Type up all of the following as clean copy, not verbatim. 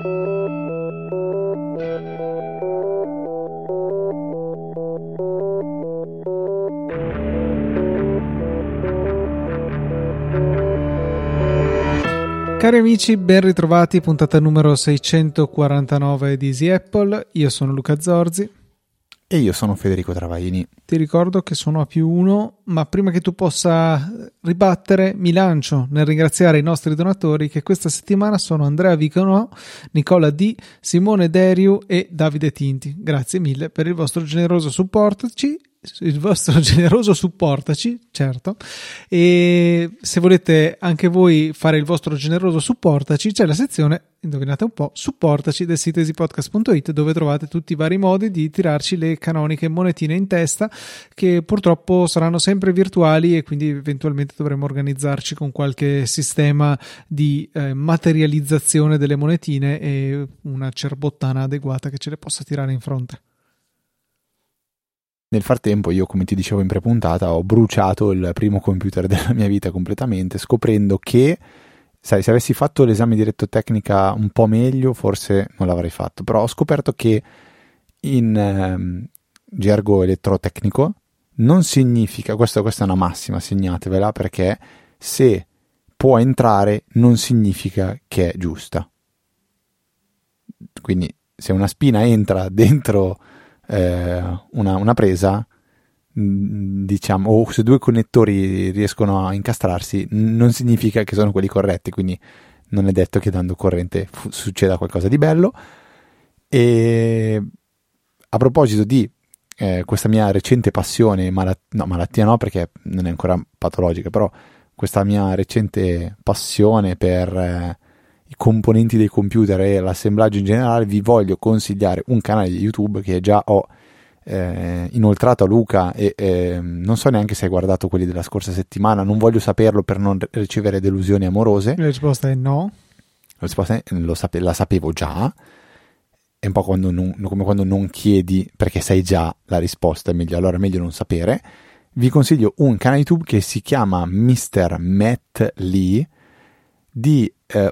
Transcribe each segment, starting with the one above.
Cari amici, ben ritrovati, puntata numero 649 di Easy Apple. Io sono Luca Zorzi. E io sono Federico Travaini. Ti ricordo che sono a +1, ma prima che tu possa ribattere mi lancio nel ringraziare i nostri donatori che questa settimana sono Andrea Viconò, Nicola D, Simone Deriu e Davide Tinti. Grazie mille per il vostro generoso supportaci. Certo, e se volete anche voi fare il vostro generoso supportaci, c'è la sezione, indovinate un po', supportaci del sito easypodcast.it, dove trovate tutti i vari modi di tirarci le canoniche monetine in testa, che purtroppo saranno sempre virtuali e quindi eventualmente dovremo organizzarci con qualche sistema di materializzazione delle monetine e una cerbottana adeguata che ce le possa tirare in fronte. Nel frattempo io, come ti dicevo in prepuntata, ho bruciato il primo computer della mia vita completamente, scoprendo che, sai, se avessi fatto l'esame di elettrotecnica un po' meglio forse non l'avrei fatto, però ho scoperto che in gergo elettrotecnico non significa, questa è una massima, segnatevela, perché se può entrare non significa che è giusta. Quindi se una spina entra dentro una presa, diciamo, o se due connettori riescono a incastrarsi, non significa che sono quelli corretti, quindi non è detto che dando corrente succeda qualcosa di bello. E a proposito di questa mia recente passione, malattia no, perché non è ancora patologica, però questa mia recente passione per i componenti dei computer e l'assemblaggio in generale, vi voglio consigliare un canale di YouTube che già ho inoltrato a Luca e non so neanche se hai guardato quelli della scorsa settimana, non voglio saperlo per non ricevere delusioni amorose. La risposta è no. La risposta è la sapevo già. È un po' come quando non chiedi perché sai già la risposta, allora è meglio non sapere. Vi consiglio un canale YouTube che si chiama Mr. Matt Lee, di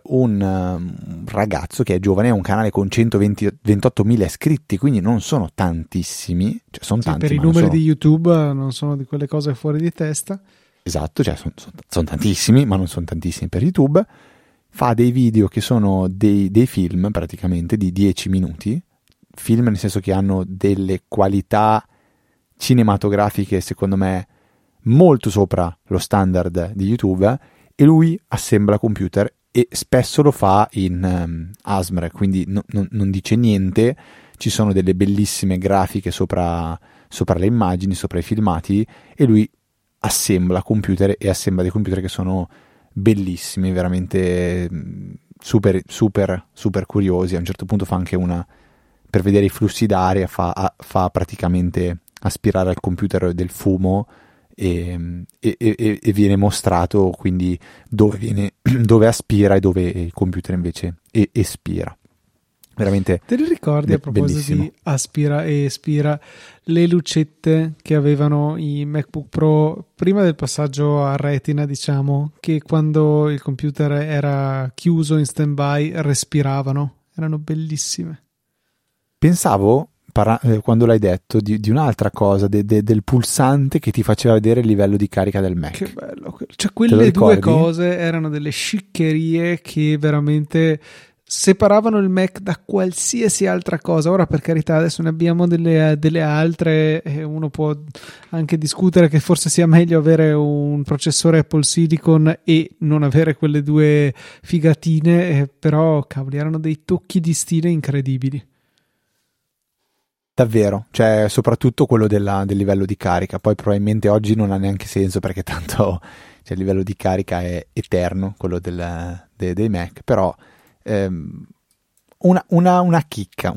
un ragazzo che è giovane, ha un canale con 128.000 iscritti, quindi non sono tantissimi, cioè sono tanti, per i numeri di YouTube non sono di quelle cose fuori di testa. Esatto, cioè sono tantissimi, ma non sono tantissimi per YouTube. Fa dei video che sono dei film praticamente di 10 minuti, film nel senso che hanno delle qualità cinematografiche secondo me molto sopra lo standard di YouTube, e lui assembla computer e spesso lo fa in ASMR, quindi non dice niente, ci sono delle bellissime grafiche sopra le immagini, sopra i filmati, e lui assembla computer e assembla dei computer che sono bellissimi, veramente super super super curiosi. A un certo punto fa anche una per vedere i flussi d'aria, fa praticamente aspirare al computer del fumo e viene mostrato quindi dove aspira e dove il computer invece espira. Veramente te li ricordi a proposito bellissimo. Di aspira e espira, le lucette che avevano i MacBook Pro prima del passaggio a Retina, diciamo, che quando il computer era chiuso in stand-by respiravano, erano bellissime. Pensavo quando l'hai detto di un'altra cosa, del pulsante che ti faceva vedere il livello di carica del Mac. Che bello, cioè quelle due cose erano delle sciccherie che veramente separavano il Mac da qualsiasi altra cosa. Ora, per carità, adesso ne abbiamo delle altre e uno può anche discutere che forse sia meglio avere un processore Apple Silicon e non avere quelle due figatine, però cavoli, erano dei tocchi di stile incredibili. Davvero, cioè soprattutto quello del livello di carica. Poi probabilmente oggi non ha neanche senso, perché tanto il livello di carica è eterno, quello dei Mac, però una chicca.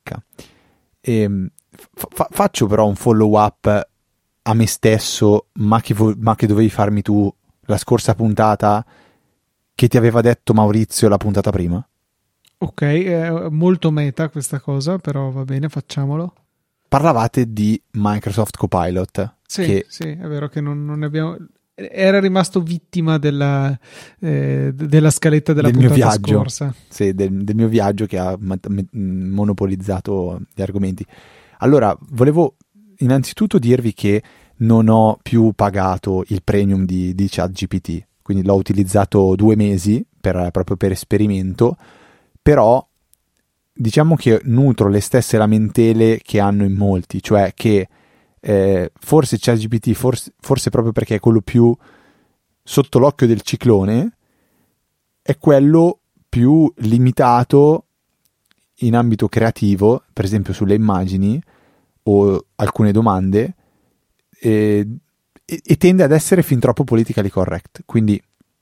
Faccio però un follow up a me stesso, ma che dovevi farmi tu la scorsa puntata, che ti aveva detto Maurizio la puntata prima. Ok, è molto meta questa cosa, però va bene, facciamolo. Parlavate di Microsoft Copilot. Sì, sì, è vero che non ne abbiamo... era rimasto vittima della scaletta della del mio puntata viaggio. scorsa. Sì, del mio viaggio che ha monopolizzato gli argomenti. Allora, volevo innanzitutto dirvi che non ho più pagato il premium di ChatGPT, quindi l'ho utilizzato 2 mesi proprio per esperimento, però diciamo che nutro le stesse lamentele che hanno in molti, cioè che forse ChatGPT, forse proprio perché è quello più sotto l'occhio del ciclone, è quello più limitato in ambito creativo, per esempio sulle immagini o alcune domande, e tende ad essere fin troppo politically correct. Quindi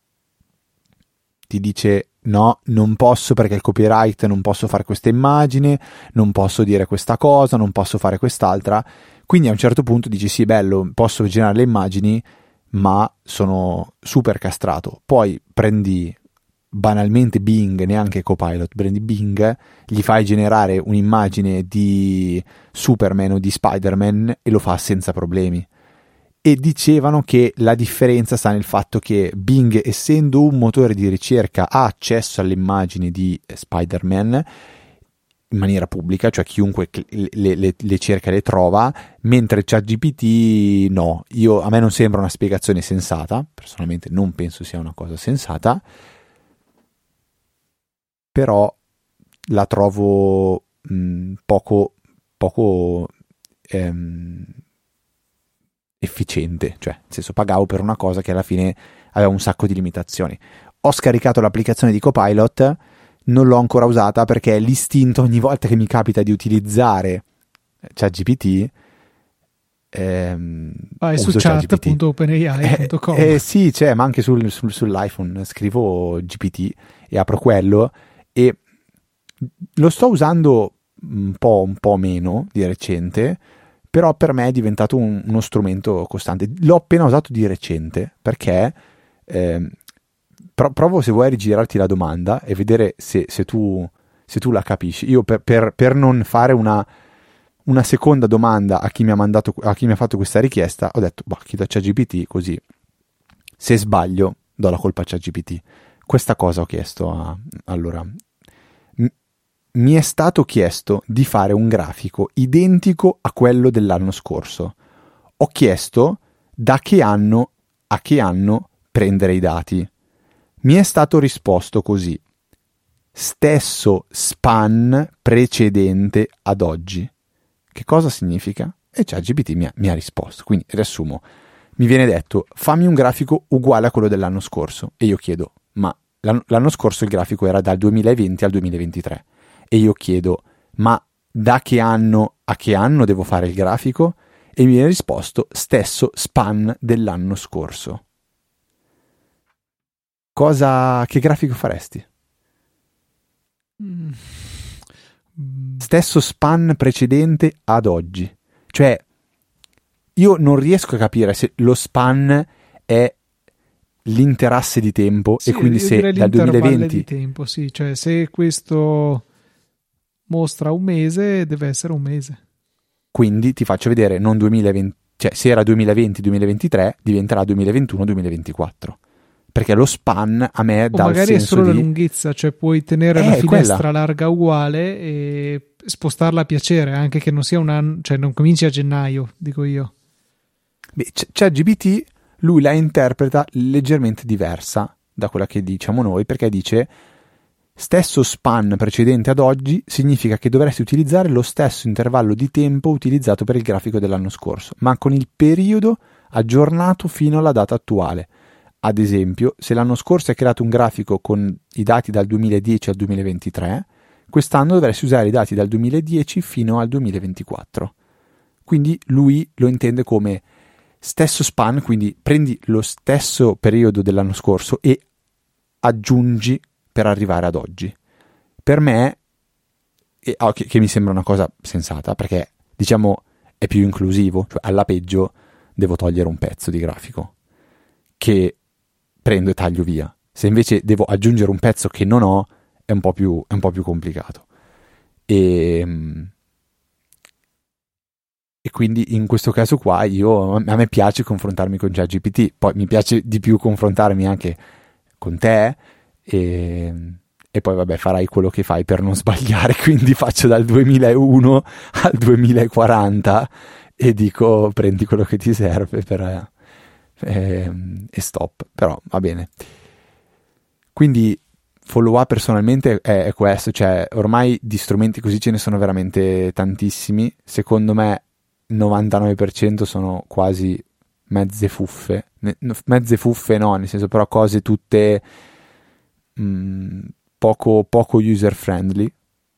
ti dice no, non posso perché il copyright, non posso fare questa immagine, non posso dire questa cosa, non posso fare quest'altra. Quindi a un certo punto dici sì, bello, posso generare le immagini, ma sono super castrato. Poi prendi banalmente Bing, neanche Copilot, prendi Bing, gli fai generare un'immagine di Superman o di Spider-Man e lo fa senza problemi. E dicevano che la differenza sta nel fatto che Bing, essendo un motore di ricerca, ha accesso alle immagini di Spider-Man in maniera pubblica, cioè chiunque le cerca e le trova, mentre ChatGPT no. A me non sembra una spiegazione sensata, personalmente non penso sia una cosa sensata, però la trovo poco efficiente, cioè nel senso pagavo per una cosa che alla fine aveva un sacco di limitazioni. Ho scaricato l'applicazione di Copilot, non l'ho ancora usata perché l'istinto ogni volta che mi capita di utilizzare ChatGPT vai su chat.openai.com. Sì, c'è, ma anche sull'iPhone scrivo GPT e apro quello e lo sto usando un po' meno di recente, però per me è diventato uno strumento costante. L'ho appena usato di recente perché provo, se vuoi, a rigirarti la domanda e vedere se tu la capisci. Io per non fare una seconda domanda a chi mi ha fatto questa richiesta, ho detto chiedo a ChatGPT, così se sbaglio do la colpa a ChatGPT. Questa cosa ho chiesto allora mi è stato chiesto di fare un grafico identico a quello dell'anno scorso. Ho chiesto da che anno a che anno prendere i dati. Mi è stato risposto così: stesso span precedente ad oggi. Che cosa significa? E ChatGPT mi ha risposto. Quindi riassumo, mi viene detto fammi un grafico uguale a quello dell'anno scorso e io chiedo ma l'anno scorso il grafico era dal 2020 al 2023 e io chiedo ma da che anno a che anno devo fare il grafico? E mi viene risposto stesso span dell'anno scorso. Che grafico faresti? Stesso span precedente ad oggi. Cioè, io non riesco a capire se lo span è l'interasse di tempo, sì, e quindi se dal 2020 di tempo, sì, cioè se questo mostra un mese deve essere un mese. Quindi ti faccio vedere non 2020, cioè se era 2020-2023 diventerà 2021-2024. Perché lo span a me dà il senso di... magari è solo la lunghezza, cioè puoi tenere la finestra larga uguale e spostarla a piacere, anche che non sia un anno, cioè non cominci a gennaio, dico io. Beh, ChatGPT lui la interpreta leggermente diversa da quella che diciamo noi, perché dice stesso span precedente ad oggi significa che dovresti utilizzare lo stesso intervallo di tempo utilizzato per il grafico dell'anno scorso, ma con il periodo aggiornato fino alla data attuale. Ad esempio, se l'anno scorso hai creato un grafico con i dati dal 2010 al 2023, quest'anno dovresti usare i dati dal 2010 fino al 2024. Quindi lui lo intende come stesso span, quindi prendi lo stesso periodo dell'anno scorso e aggiungi per arrivare ad oggi. Per me, che mi sembra una cosa sensata, perché diciamo è più inclusivo, cioè alla peggio devo togliere un pezzo di grafico che prendo e taglio via. Se invece devo aggiungere un pezzo che non ho, è un po' più complicato. E quindi in questo caso qua a me piace confrontarmi con ChatGPT, poi mi piace di più confrontarmi anche con te e poi vabbè, farai quello che fai per non sbagliare, quindi faccio dal 2001 al 2040 e dico prendi quello che ti serve e stop, però va bene. Quindi follow up personalmente è questo, cioè ormai di strumenti così ce ne sono veramente tantissimi, secondo me 99% sono quasi mezze fuffe no, nel senso, però cose tutte poco user friendly.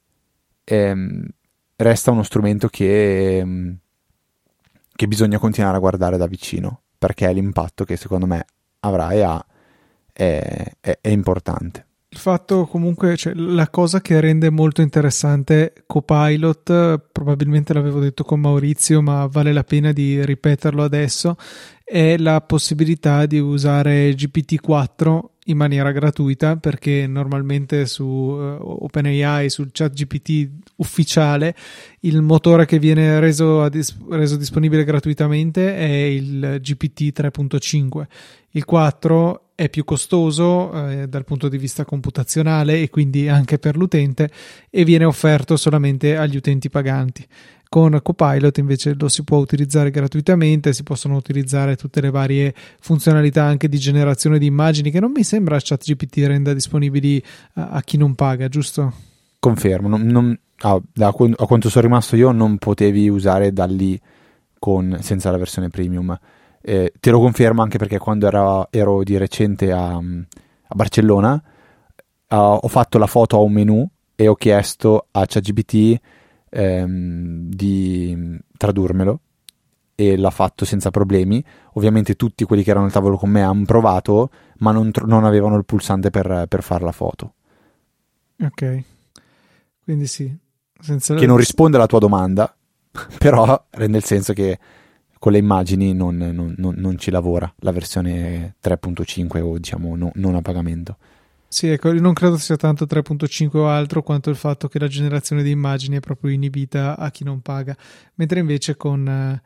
Resta uno strumento che bisogna continuare a guardare da vicino, perché l'impatto che secondo me avrà e ha è importante. Il fatto comunque, cioè, la cosa che rende molto interessante Copilot, probabilmente l'avevo detto con Maurizio, ma vale la pena di ripeterlo adesso, è la possibilità di usare GPT-4 in maniera gratuita, perché normalmente su OpenAI, sul ChatGPT ufficiale, il motore che viene reso disponibile gratuitamente è il GPT 3.5. Il 4 è più costoso dal punto di vista computazionale e quindi anche per l'utente, e viene offerto solamente agli utenti paganti. Con Copilot invece lo si può utilizzare gratuitamente, si possono utilizzare tutte le varie funzionalità anche di generazione di immagini che non mi sembra ChatGPT renda disponibili a chi non paga, giusto? Confermo, a quanto sono rimasto io non potevi usare da lì senza la versione premium. Te lo confermo anche perché quando ero di recente a Barcellona ho fatto la foto a un menu e ho chiesto a ChatGPT di tradurmelo e l'ha fatto senza problemi. Ovviamente tutti quelli che erano al tavolo con me hanno provato, ma non avevano il pulsante per fare la foto. Ok, quindi sì, che non risponde alla tua domanda, però rende il senso che con le immagini non ci lavora la versione 3.5 o diciamo non a pagamento. Sì, ecco, non credo sia tanto 3.5 o altro quanto il fatto che la generazione di immagini è proprio inibita a chi non paga, mentre invece con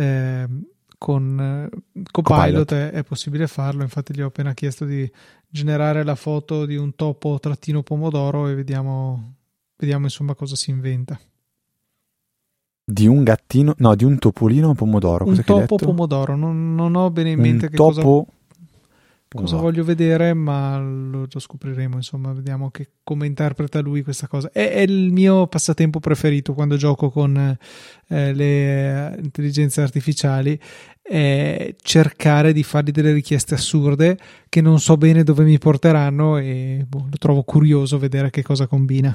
Copilot è possibile farlo. Infatti gli ho appena chiesto di generare la foto di un topo trattino pomodoro e vediamo insomma cosa si inventa. Di un gattino, no, di un topolino pomodoro. Un topo pomodoro, non ho bene in mente che cosa voglio vedere, ma lo scopriremo, insomma, vediamo come interpreta lui questa cosa. È il mio passatempo preferito quando gioco con le intelligenze artificiali, è cercare di fargli delle richieste assurde che non so bene dove mi porteranno e lo trovo curioso vedere che cosa combina.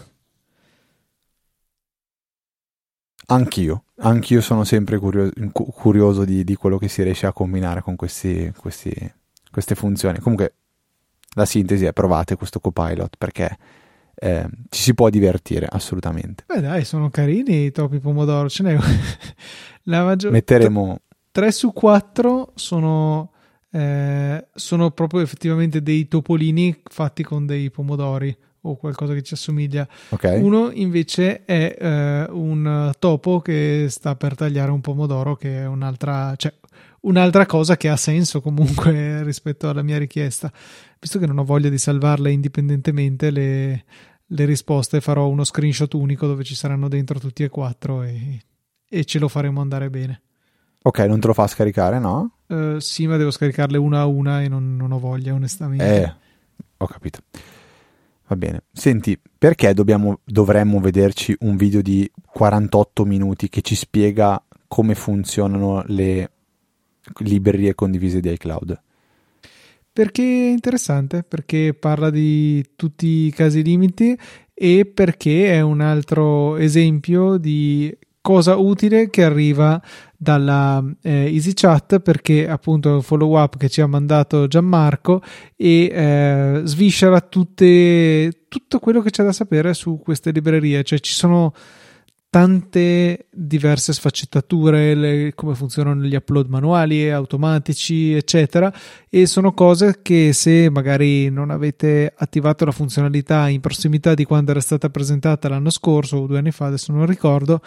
Anch'io sono sempre curioso di quello che si riesce a combinare con queste funzioni. Comunque la sintesi è: provate questo Copilot perché ci si può divertire assolutamente. Beh dai, sono carini i topi pomodoro, ce n'è metteremo 3 su 4 sono proprio effettivamente dei topolini fatti con dei pomodori o qualcosa che ci assomiglia. Okay. Uno invece è un topo che sta per tagliare un pomodoro, che è un'altra cosa che ha senso comunque rispetto alla mia richiesta. Visto che non ho voglia di salvarle indipendentemente le risposte, farò uno screenshot unico dove ci saranno dentro tutti e 4 e ce lo faremo andare bene. Ok, non te lo fa scaricare, no? Sì, ma devo scaricarle una a una e non ho voglia, onestamente. Ho capito. Va bene. Senti, perché dovremmo vederci un video di 48 minuti che ci spiega come funzionano le librerie condivise di iCloud? Perché è interessante, perché parla di tutti i casi limiti e perché è un altro esempio di cosa utile che arriva dalla EasyChat, perché appunto è un follow up che ci ha mandato Gianmarco e sviscera tutto quello che c'è da sapere su queste librerie. Cioè ci sono tante diverse sfaccettature, come funzionano gli upload manuali e automatici, eccetera, e sono cose che, se magari non avete attivato la funzionalità in prossimità di quando era stata presentata l'anno scorso o 2 anni fa, adesso non ricordo,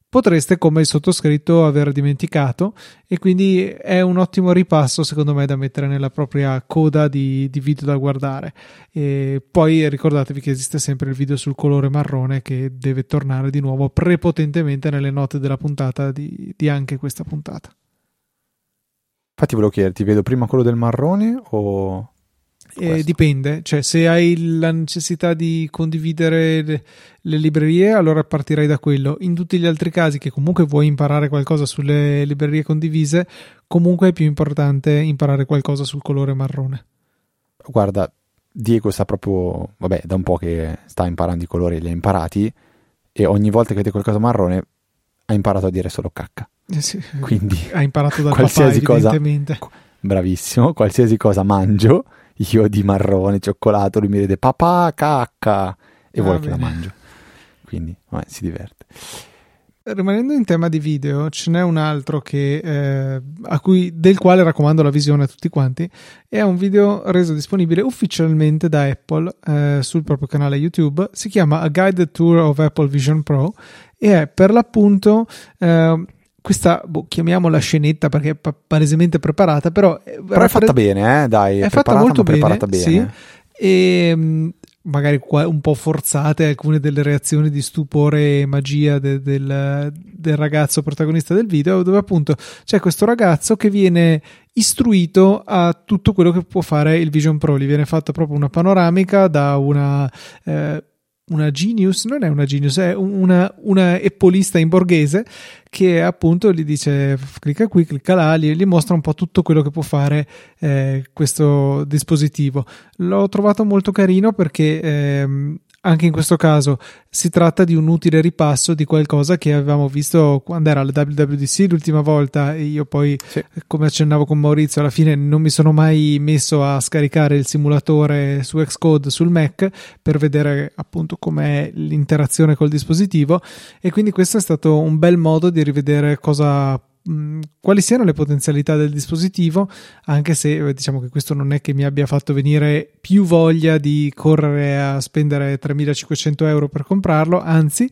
potreste, come il sottoscritto, aver dimenticato, e quindi è un ottimo ripasso secondo me da mettere nella propria coda di video da guardare. E poi ricordatevi che esiste sempre il video sul colore marrone, che deve tornare di nuovo prepotentemente nelle note della puntata di anche questa puntata. Infatti volevo chiederti, vedo prima quello del marrone o... Dipende, cioè se hai la necessità di condividere le librerie, allora partirei da quello. In tutti gli altri casi, che comunque vuoi imparare qualcosa sulle librerie condivise, comunque è più importante imparare qualcosa sul colore marrone. Guarda, Diego sta proprio, vabbè, da un po' che sta imparando i colori, li ha imparati, e ogni volta che vede qualcosa marrone ha imparato a dire solo cacca. Sì, quindi ha imparato dal qualsiasi papà, cosa, evidentemente. bravissimo, qualsiasi cosa mangio io di marrone, cioccolato, lui mi vede papà cacca e vuole che la mangio, quindi si diverte. Rimanendo in tema di video, ce n'è un altro che del quale raccomando la visione a tutti quanti. È un video reso disponibile ufficialmente da Apple sul proprio canale YouTube. Si chiama A Guided Tour of Apple Vision Pro e è per l'appunto questa, chiamiamola scenetta perché è palesemente preparata, però è fatta bene, dai, è fatta molto bene, preparata bene. Sì. E magari un po' forzate alcune delle reazioni di stupore e magia del ragazzo protagonista del video, dove appunto c'è questo ragazzo che viene istruito a tutto quello che può fare il Vision Pro. Gli viene fatta proprio una panoramica da una genius, non è una genius, è una appolista in borghese, che appunto gli dice clicca qui, clicca là, gli mostra un po' tutto quello che può fare questo dispositivo. L'ho trovato molto carino perché anche in questo caso si tratta di un utile ripasso di qualcosa che avevamo visto quando era alla WWDC l'ultima volta, e io poi come accennavo con Maurizio, alla fine non mi sono mai messo a scaricare il simulatore su Xcode sul Mac per vedere appunto com'è l'interazione col dispositivo, e quindi questo è stato un bel modo di rivedere quali siano le potenzialità del dispositivo, anche se diciamo che questo non è che mi abbia fatto venire più voglia di correre a spendere 3.500 euro per comprarlo, anzi,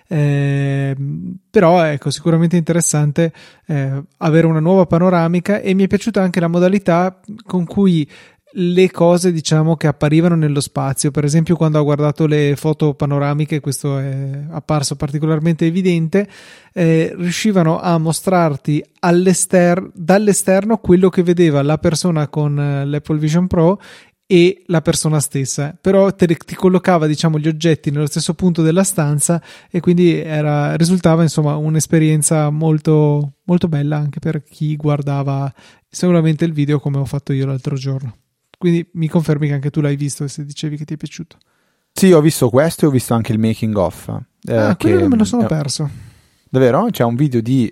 però ecco, sicuramente interessante avere una nuova panoramica, e mi è piaciuta anche la modalità con cui le cose, diciamo, che apparivano nello spazio. Per esempio, quando ho guardato le foto panoramiche, questo è apparso particolarmente evidente, riuscivano a mostrarti dall'esterno quello che vedeva la persona con l'Apple Vision Pro e la persona stessa, però ti collocava, diciamo, gli oggetti nello stesso punto della stanza, e quindi risultava insomma un'esperienza molto, molto bella anche per chi guardava sicuramente il video come ho fatto io l'altro giorno. Quindi mi confermi che anche tu l'hai visto, se dicevi che ti è piaciuto. Sì, ho visto questo e ho visto anche il making of. Quello me lo sono perso. Davvero? C'è un video di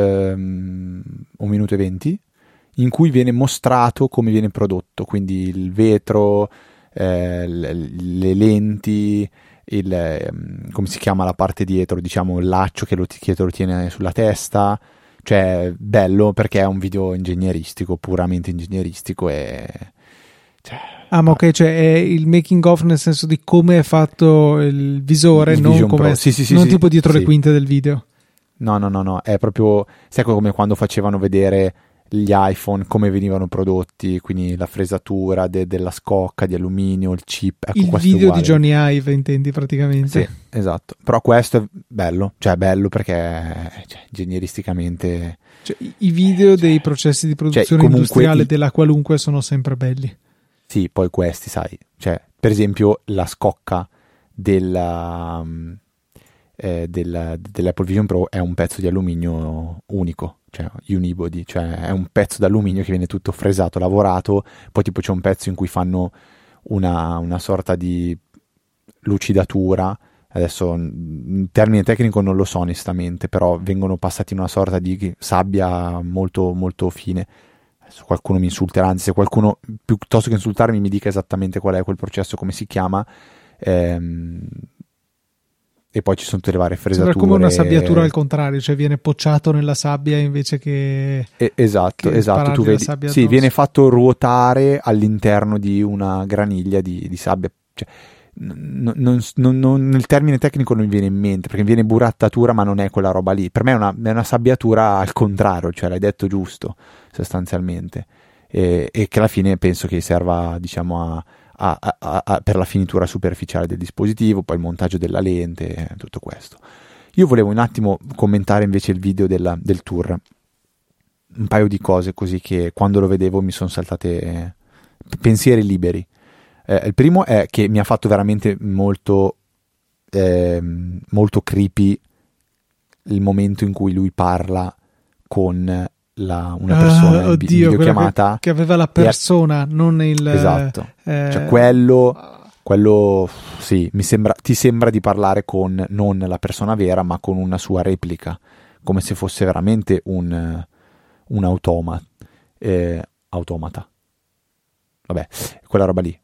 1 minuto e 20 in cui viene mostrato come viene prodotto, quindi il vetro, le lenti, come si chiama la parte dietro, diciamo il laccio che te lo tiene sulla testa. Cioè, bello perché è un video ingegneristico, puramente ingegneristico, e... ma ok, cioè è il making of nel senso di come è fatto il visore, non come non tipo dietro le quinte del video. No, è proprio, sai, come quando facevano vedere gli iPhone come venivano prodotti, quindi la fresatura della scocca di alluminio, il chip, ecco, il video di Johnny Ive intendi praticamente. Sì, esatto, però questo è bello, cioè è bello perché ingegneristicamente, i video dei processi di produzione industriale della qualunque sono sempre belli. Sì, poi questi, sai, cioè per esempio la scocca dell'Apple Vision Pro è un pezzo di alluminio unico, cioè unibody, cioè è un pezzo d'alluminio che viene tutto fresato, lavorato, poi tipo c'è un pezzo in cui fanno una sorta di lucidatura, adesso in termine tecnico non lo so onestamente, però vengono passati in una sorta di sabbia molto molto fine. Adesso qualcuno mi insulterà, anzi se qualcuno piuttosto che insultarmi mi dica esattamente qual è quel processo, come si chiama, e poi ci sono tutte le varie fresature. Sembra come una sabbiatura al contrario, cioè viene pocciato nella sabbia invece che... Esatto, tu vedi, sì, viene fatto ruotare all'interno di una graniglia di sabbia, cioè, nel termine tecnico non mi viene in mente, perché mi viene burattatura, ma non è quella roba lì. Per me è una sabbiatura al contrario, cioè l'hai detto giusto sostanzialmente, e che alla fine penso che serva, diciamo, per la finitura superficiale del dispositivo, poi il montaggio della lente, tutto questo. Io volevo un attimo commentare invece il video del tour, un paio di cose così che quando lo vedevo mi sono saltate pensieri liberi. Il primo è che mi ha fatto veramente molto creepy il momento in cui lui parla con una persona in videochiamata, che aveva la persona, non il... Esatto, cioè quello sì, ti sembra di parlare con non la persona vera, ma con una sua replica, come se fosse veramente un automata. Vabbè, quella roba lì,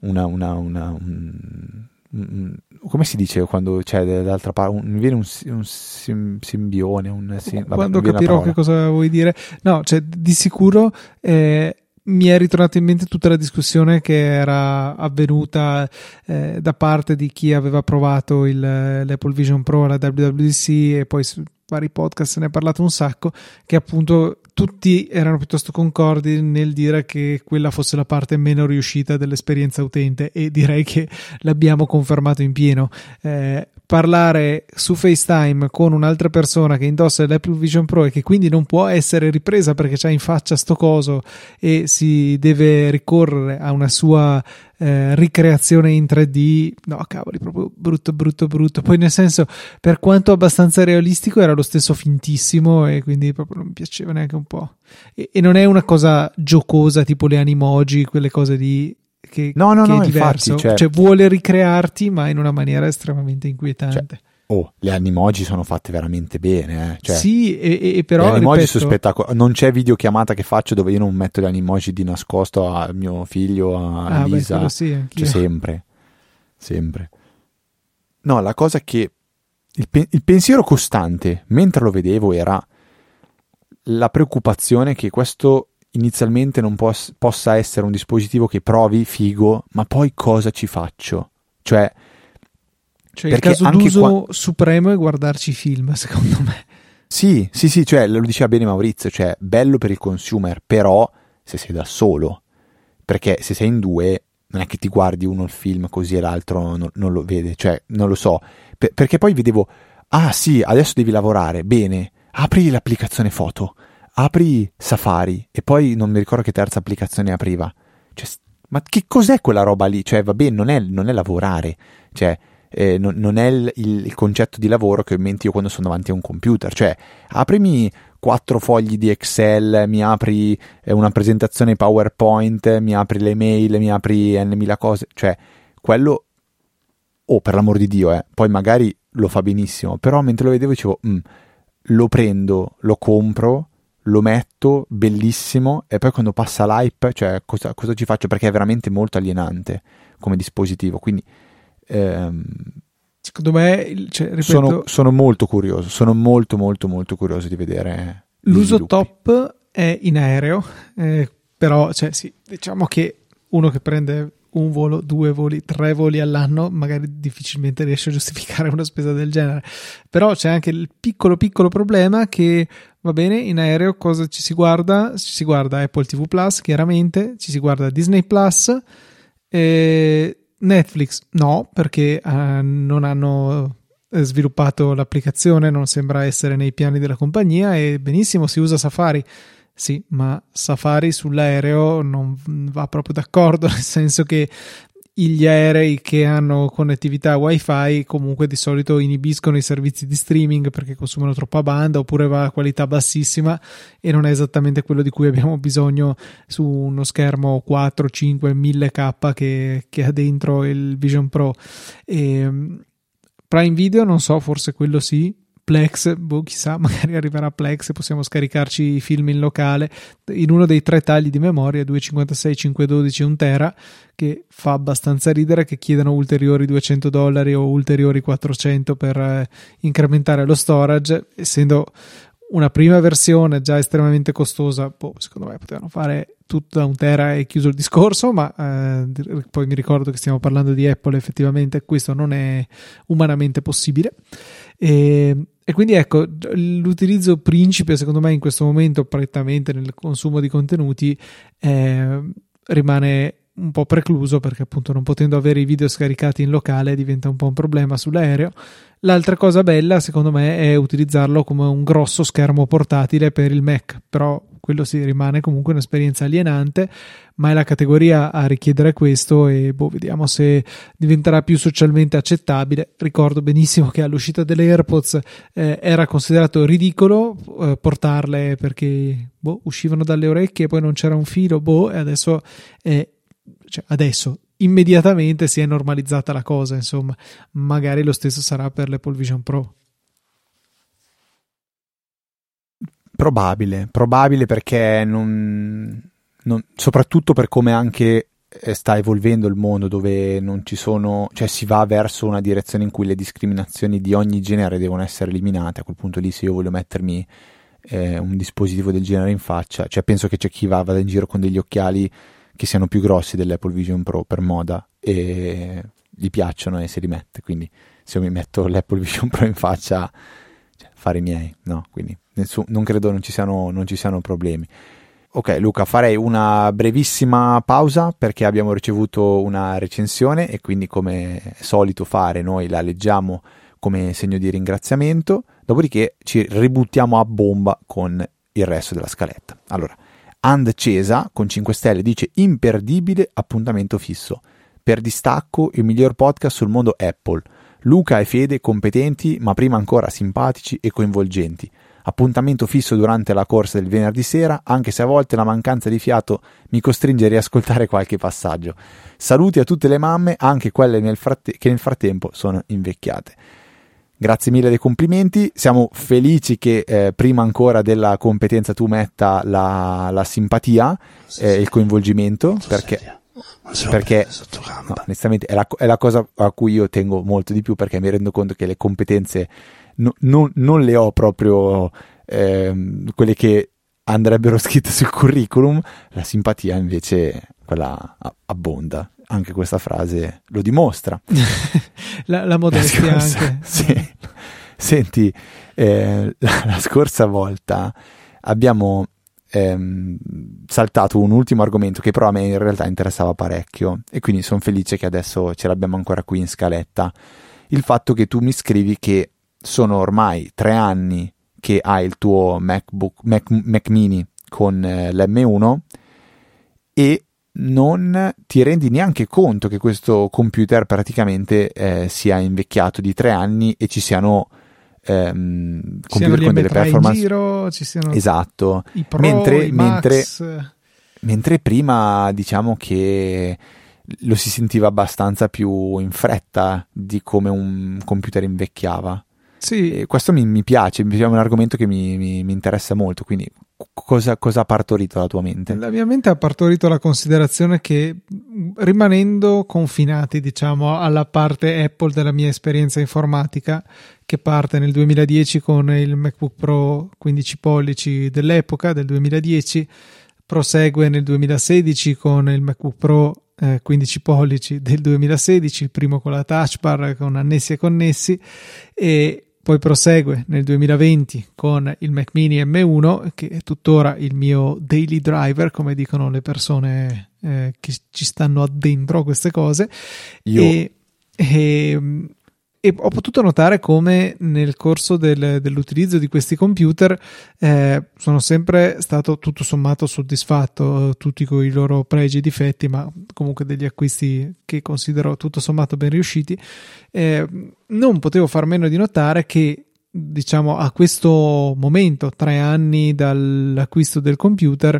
come si dice quando c'è dall'altra parte, mi viene un simbione, quando capirò che cosa vuoi dire. No, cioè di sicuro mi è ritornata in mente tutta la discussione che era avvenuta da parte di chi aveva provato l'Apple Vision Pro alla WWDC, e poi su vari podcast se ne è parlato un sacco, che appunto tutti erano piuttosto concordi nel dire che quella fosse la parte meno riuscita dell'esperienza utente, e direi che l'abbiamo confermato in pieno. Parlare su FaceTime con un'altra persona che indossa l'Apple Vision Pro e che quindi non può essere ripresa perché c'ha in faccia sto coso e si deve ricorrere a una sua ricreazione in 3D, no cavoli, proprio brutto. Poi nel senso, per quanto abbastanza realistico, era lo stesso fintissimo, e quindi proprio non mi piaceva neanche un po'. E non è una cosa giocosa tipo le animoji, quelle cose lì che è diverso, infatti, cioè vuole ricrearti ma in una maniera estremamente inquietante. Le animoji sono fatte veramente bene, cioè, sì, e però le animoji ripeto, sono spettacolari. Non c'è videochiamata che faccio dove io non metto le animoji di nascosto a mio figlio, a Lisa, sì, cioè, sempre. No, la cosa che il pensiero costante mentre lo vedevo era la preoccupazione che questo inizialmente non possa essere un dispositivo che provi figo, ma poi cosa ci faccio? Cioè il caso d'uso supremo è guardarci film, secondo me. Sì, cioè lo diceva bene Maurizio, cioè bello per il consumer, però se sei da solo, perché se sei in due non è che ti guardi uno il film così e l'altro non lo vede, cioè non lo so, perché poi vedevo, sì, adesso devi lavorare, bene, apri l'applicazione foto, apri Safari, e poi non mi ricordo che terza applicazione apriva, cioè, ma che cos'è quella roba lì? Cioè va bene, non è lavorare, cioè non è il concetto di lavoro che ho in mente io quando sono davanti a un computer, cioè aprimi 4 fogli di Excel, mi apri una presentazione PowerPoint, mi apri le mail, mi apri n.000 cose, cioè quello, per l'amor di Dio, poi magari lo fa benissimo, però mentre lo vedevo dicevo lo prendo, lo compro, lo metto, bellissimo, e poi quando passa l'hype, cioè cosa ci faccio, perché è veramente molto alienante come dispositivo, quindi secondo me, cioè, ripeto, sono molto curioso, sono molto curioso di vedere l'uso top è in aereo, però cioè, sì, diciamo che uno che prende un volo, 2 voli, 3 voli all'anno magari difficilmente riesce a giustificare una spesa del genere, però c'è anche il piccolo problema che, va bene, in aereo cosa ci si guarda? Ci si guarda Apple TV Plus, chiaramente, ci si guarda Disney Plus, Netflix no, perché non hanno sviluppato l'applicazione, non sembra essere nei piani della compagnia, e benissimo, si usa Safari, sì, ma Safari sull'aereo non va proprio d'accordo, nel senso che gli aerei che hanno connettività wifi comunque di solito inibiscono i servizi di streaming perché consumano troppa banda, oppure va a qualità bassissima, e non è esattamente quello di cui abbiamo bisogno su uno schermo 4, 5, 1000K che ha dentro il Vision Pro. Prime Video non so, forse quello sì, Plex, chissà, magari arriverà Plex e possiamo scaricarci i film in locale in uno dei 3 tagli di memoria, 256, 512 e 1 tera, che fa abbastanza ridere che chiedano ulteriori $200 o ulteriori 400 per incrementare lo storage, essendo una prima versione già estremamente costosa, secondo me potevano fare tutto da 1 tera e chiuso il discorso, ma poi mi ricordo che stiamo parlando di Apple, effettivamente questo non è umanamente possibile. E quindi ecco, l'utilizzo principe secondo me in questo momento prettamente nel consumo di contenuti rimane un po' precluso, perché appunto non potendo avere i video scaricati in locale diventa un po' un problema sull'aereo. L'altra cosa bella secondo me è utilizzarlo come un grosso schermo portatile per il Mac, però quello sì, rimane comunque un'esperienza alienante, ma è la categoria a richiedere questo e vediamo se diventerà più socialmente accettabile. Ricordo benissimo che all'uscita delle AirPods era considerato ridicolo portarle, perché uscivano dalle orecchie e poi non c'era un filo, e adesso immediatamente si è normalizzata la cosa, insomma. Magari lo stesso sarà per l'Apple Vision Pro. Probabile, perché non, soprattutto per come anche sta evolvendo il mondo, dove non ci sono, cioè si va verso una direzione in cui le discriminazioni di ogni genere devono essere eliminate. A quel punto lì, se io voglio mettermi un dispositivo del genere in faccia, cioè penso che c'è chi vada in giro con degli occhiali che siano più grossi dell'Apple Vision Pro per moda e gli piacciono e se li mette. Quindi se io mi metto l'Apple Vision Pro in faccia, fare i miei, no? Quindi non credo non ci siano problemi. Ok Luca, farei una brevissima pausa perché abbiamo ricevuto una recensione e quindi, come è solito fare, noi la leggiamo come segno di ringraziamento, dopodiché ci ributtiamo a bomba con il resto della scaletta. Allora, And Cesa con 5 stelle dice: imperdibile appuntamento fisso, per distacco il miglior podcast sul mondo Apple. Luca e Fede competenti, ma prima ancora simpatici e coinvolgenti. Appuntamento fisso durante la corsa del venerdì sera, anche se a volte la mancanza di fiato mi costringe a riascoltare qualche passaggio. Saluti a tutte le mamme, anche quelle che nel frattempo sono invecchiate. Grazie mille dei complimenti, siamo felici che prima ancora della competenza tu metta la simpatia e il coinvolgimento, perché no, onestamente è la cosa a cui io tengo molto di più, perché mi rendo conto che le competenze non le ho proprio quelle che andrebbero scritte sul curriculum. La simpatia invece, quella abbonda. Anche questa frase lo dimostra. la modestia anche. Sì. Senti, la scorsa volta abbiamo saltato un ultimo argomento che però a me in realtà interessava parecchio, e quindi sono felice che adesso ce l'abbiamo ancora qui in scaletta. Il fatto che tu mi scrivi che sono ormai 3 anni che hai il tuo Mac mini con l'M1 e non ti rendi neanche conto che questo computer praticamente sia invecchiato di 3 anni e ci siano computer con delle performance in giro, ci siano esatto, i Pro, i Max. mentre prima diciamo che lo si sentiva abbastanza più in fretta di come un computer invecchiava. Sì. E questo mi piace, è un argomento che mi interessa molto. Quindi cosa ha partorito la tua mente? La mia mente ha partorito la considerazione che, rimanendo confinati diciamo alla parte Apple della mia esperienza informatica, che parte nel 2010 con il MacBook Pro 15 pollici dell'epoca, del 2010, prosegue nel 2016 con il MacBook Pro 15 pollici del 2016, il primo con la touch bar con annessi e connessi, e poi prosegue nel 2020 con il Mac Mini M1, che è tuttora il mio daily driver, come dicono le persone che ci stanno addentro queste cose. E ho potuto notare come nel corso dell'utilizzo di questi computer sono sempre stato tutto sommato soddisfatto, tutti con i loro pregi e difetti, ma comunque degli acquisti che considero tutto sommato ben riusciti. Non potevo far meno di notare che, diciamo, a questo momento, 3 anni dall'acquisto del computer,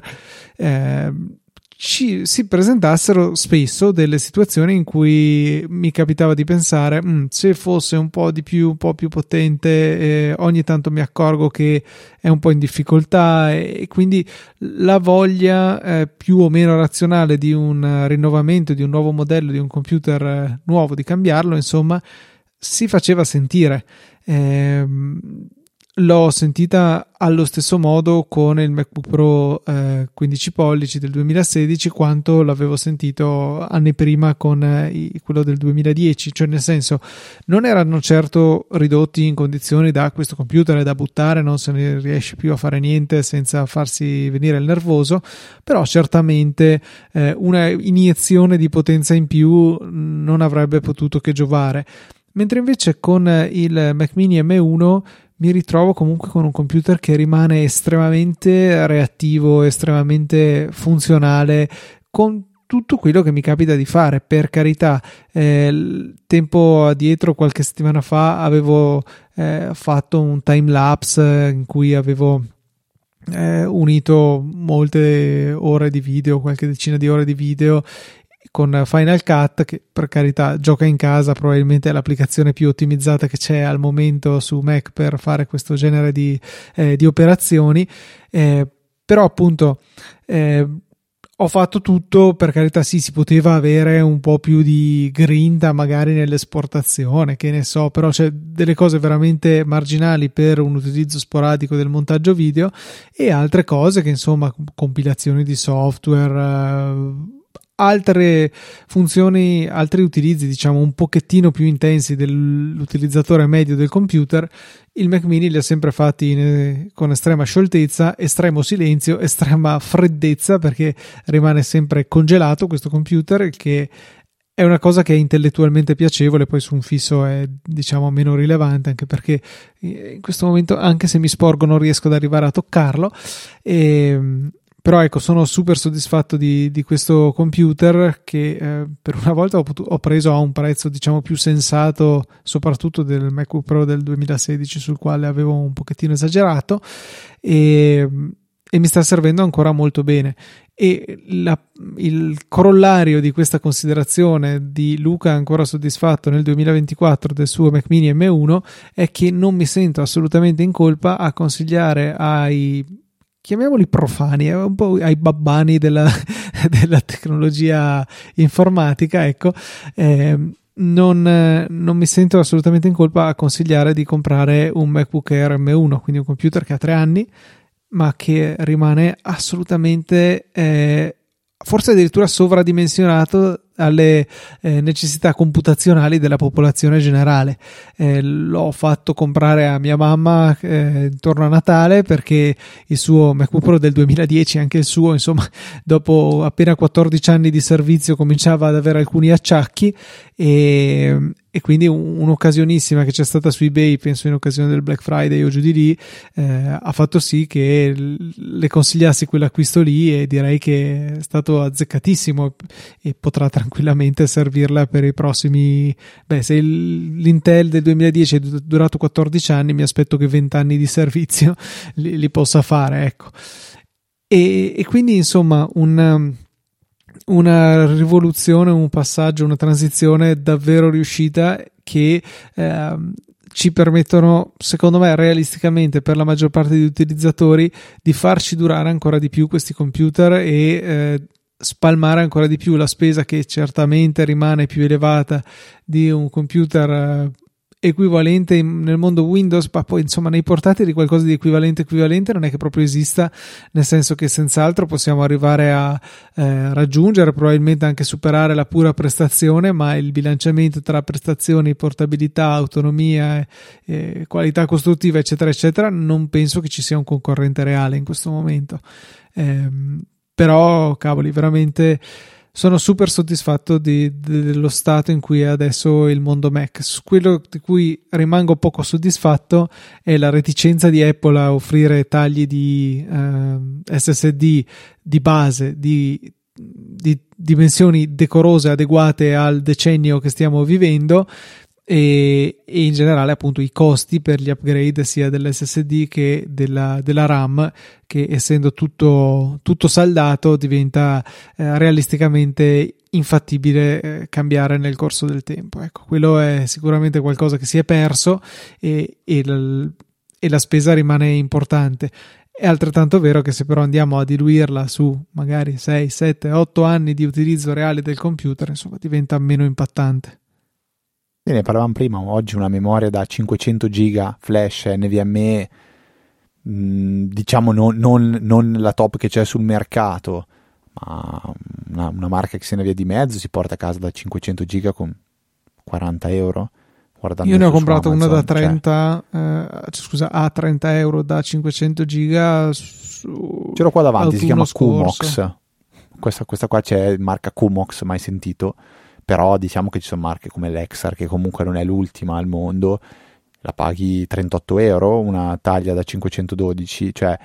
si presentassero spesso delle situazioni in cui mi capitava di pensare se fosse un po' più potente, ogni tanto mi accorgo che è un po' in difficoltà, e quindi la voglia più o meno razionale di un rinnovamento, di un nuovo modello, di un computer nuovo, di cambiarlo, insomma, si faceva sentire. l'ho sentita allo stesso modo con il MacBook Pro 15 pollici del 2016 quanto l'avevo sentito anni prima con quello del 2010, cioè nel senso non erano certo ridotti in condizioni da questo computer è da buttare, non se ne riesce più a fare niente senza farsi venire il nervoso, però certamente una iniezione di potenza in più non avrebbe potuto che giovare, mentre invece con il Mac Mini M1 mi ritrovo comunque con un computer che rimane estremamente reattivo, estremamente funzionale, con tutto quello che mi capita di fare. Per carità, tempo addietro, qualche settimana fa, avevo fatto un time lapse in cui avevo unito molte ore di video, qualche decina di ore di video con Final Cut, che per carità gioca in casa, probabilmente è l'applicazione più ottimizzata che c'è al momento su Mac per fare questo genere di operazioni, però appunto ho fatto tutto, per carità sì, si poteva avere un po' più di grinta magari nell'esportazione, che ne so, però c'è delle cose veramente marginali per un utilizzo sporadico del montaggio video e altre cose che insomma compilazioni di software, altre funzioni, altri utilizzi diciamo un pochettino più intensi dell'utilizzatore medio del computer, il Mac Mini li ha sempre fatti con estrema scioltezza, estremo silenzio, estrema freddezza, perché rimane sempre congelato questo computer, che è una cosa che è intellettualmente piacevole. Poi su un fisso è diciamo meno rilevante, anche perché in questo momento, anche se mi sporgo, non riesco ad arrivare a toccarlo. Però ecco, sono super soddisfatto di questo computer che per una volta ho preso a un prezzo diciamo più sensato, soprattutto del MacBook Pro del 2016 sul quale avevo un pochettino esagerato, e mi sta servendo ancora molto bene. E il corollario di questa considerazione di Luca ancora soddisfatto nel 2024 del suo Mac Mini M1 è che non mi sento assolutamente in colpa a consigliare ai, chiamiamoli profani, un po' ai babbani della tecnologia informatica, ecco, non mi sento assolutamente in colpa a consigliare di comprare un MacBook Air M1, quindi un computer che ha 3 anni, ma che rimane assolutamente, forse addirittura sovradimensionato alle necessità computazionali della popolazione generale. L'ho fatto comprare a mia mamma intorno a Natale, perché il suo MacBook Pro del 2010, anche il suo, insomma, dopo appena 14 anni di servizio cominciava ad avere alcuni acciacchi, e quindi un'occasionissima che c'è stata su eBay, penso in occasione del Black Friday o giù di lì, ha fatto sì che le consigliassi quell'acquisto lì, e direi che è stato azzeccatissimo e potrà tranquillamente servirla per i prossimi, se l'Intel del 2010 è durato 14 anni, mi aspetto che 20 anni di servizio li possa fare, ecco. E quindi insomma una rivoluzione, un passaggio, una transizione davvero riuscita, che ci permettono, secondo me, realisticamente, per la maggior parte degli utilizzatori, di farci durare ancora di più questi computer e spalmare ancora di più la spesa, che certamente rimane più elevata di un computer equivalente nel mondo Windows, ma poi insomma nei portatili qualcosa di equivalente non è che proprio esista, nel senso che senz'altro possiamo arrivare a raggiungere, probabilmente anche superare la pura prestazione, ma il bilanciamento tra prestazioni, portabilità, autonomia, qualità costruttiva, eccetera eccetera, non penso che ci sia un concorrente reale in questo momento. Però cavoli, veramente sono super soddisfatto dello stato in cui è adesso il mondo Mac. Quello di cui rimango poco soddisfatto è la reticenza di Apple a offrire tagli di SSD di base di dimensioni decorose, adeguate al decennio che stiamo vivendo, e in generale appunto i costi per gli upgrade sia dell'SSD che della RAM, che essendo tutto saldato diventa realisticamente infattibile cambiare nel corso del tempo. Ecco, quello è sicuramente qualcosa che si è perso, e la spesa rimane importante. È altrettanto vero che se però andiamo a diluirla su magari 6, 7, 8 anni di utilizzo reale del computer, insomma, diventa meno impattante. Ne parlavamo prima, oggi una memoria da 500 giga flash NVMe, diciamo non la top che c'è sul mercato, ma una marca che se ne via di mezzo si porta a casa da 500 giga con 40 euro. Io ne ho comprato una da 30, scusa, a 30 euro da 500 giga. Ce l'ho qua davanti, si chiama Kumox. Questa qua c'è marca Kumox, mai sentito. Però diciamo che ci sono marche come l'Exar, che comunque non è l'ultima al mondo, la paghi 38 euro, una taglia da 512, cioè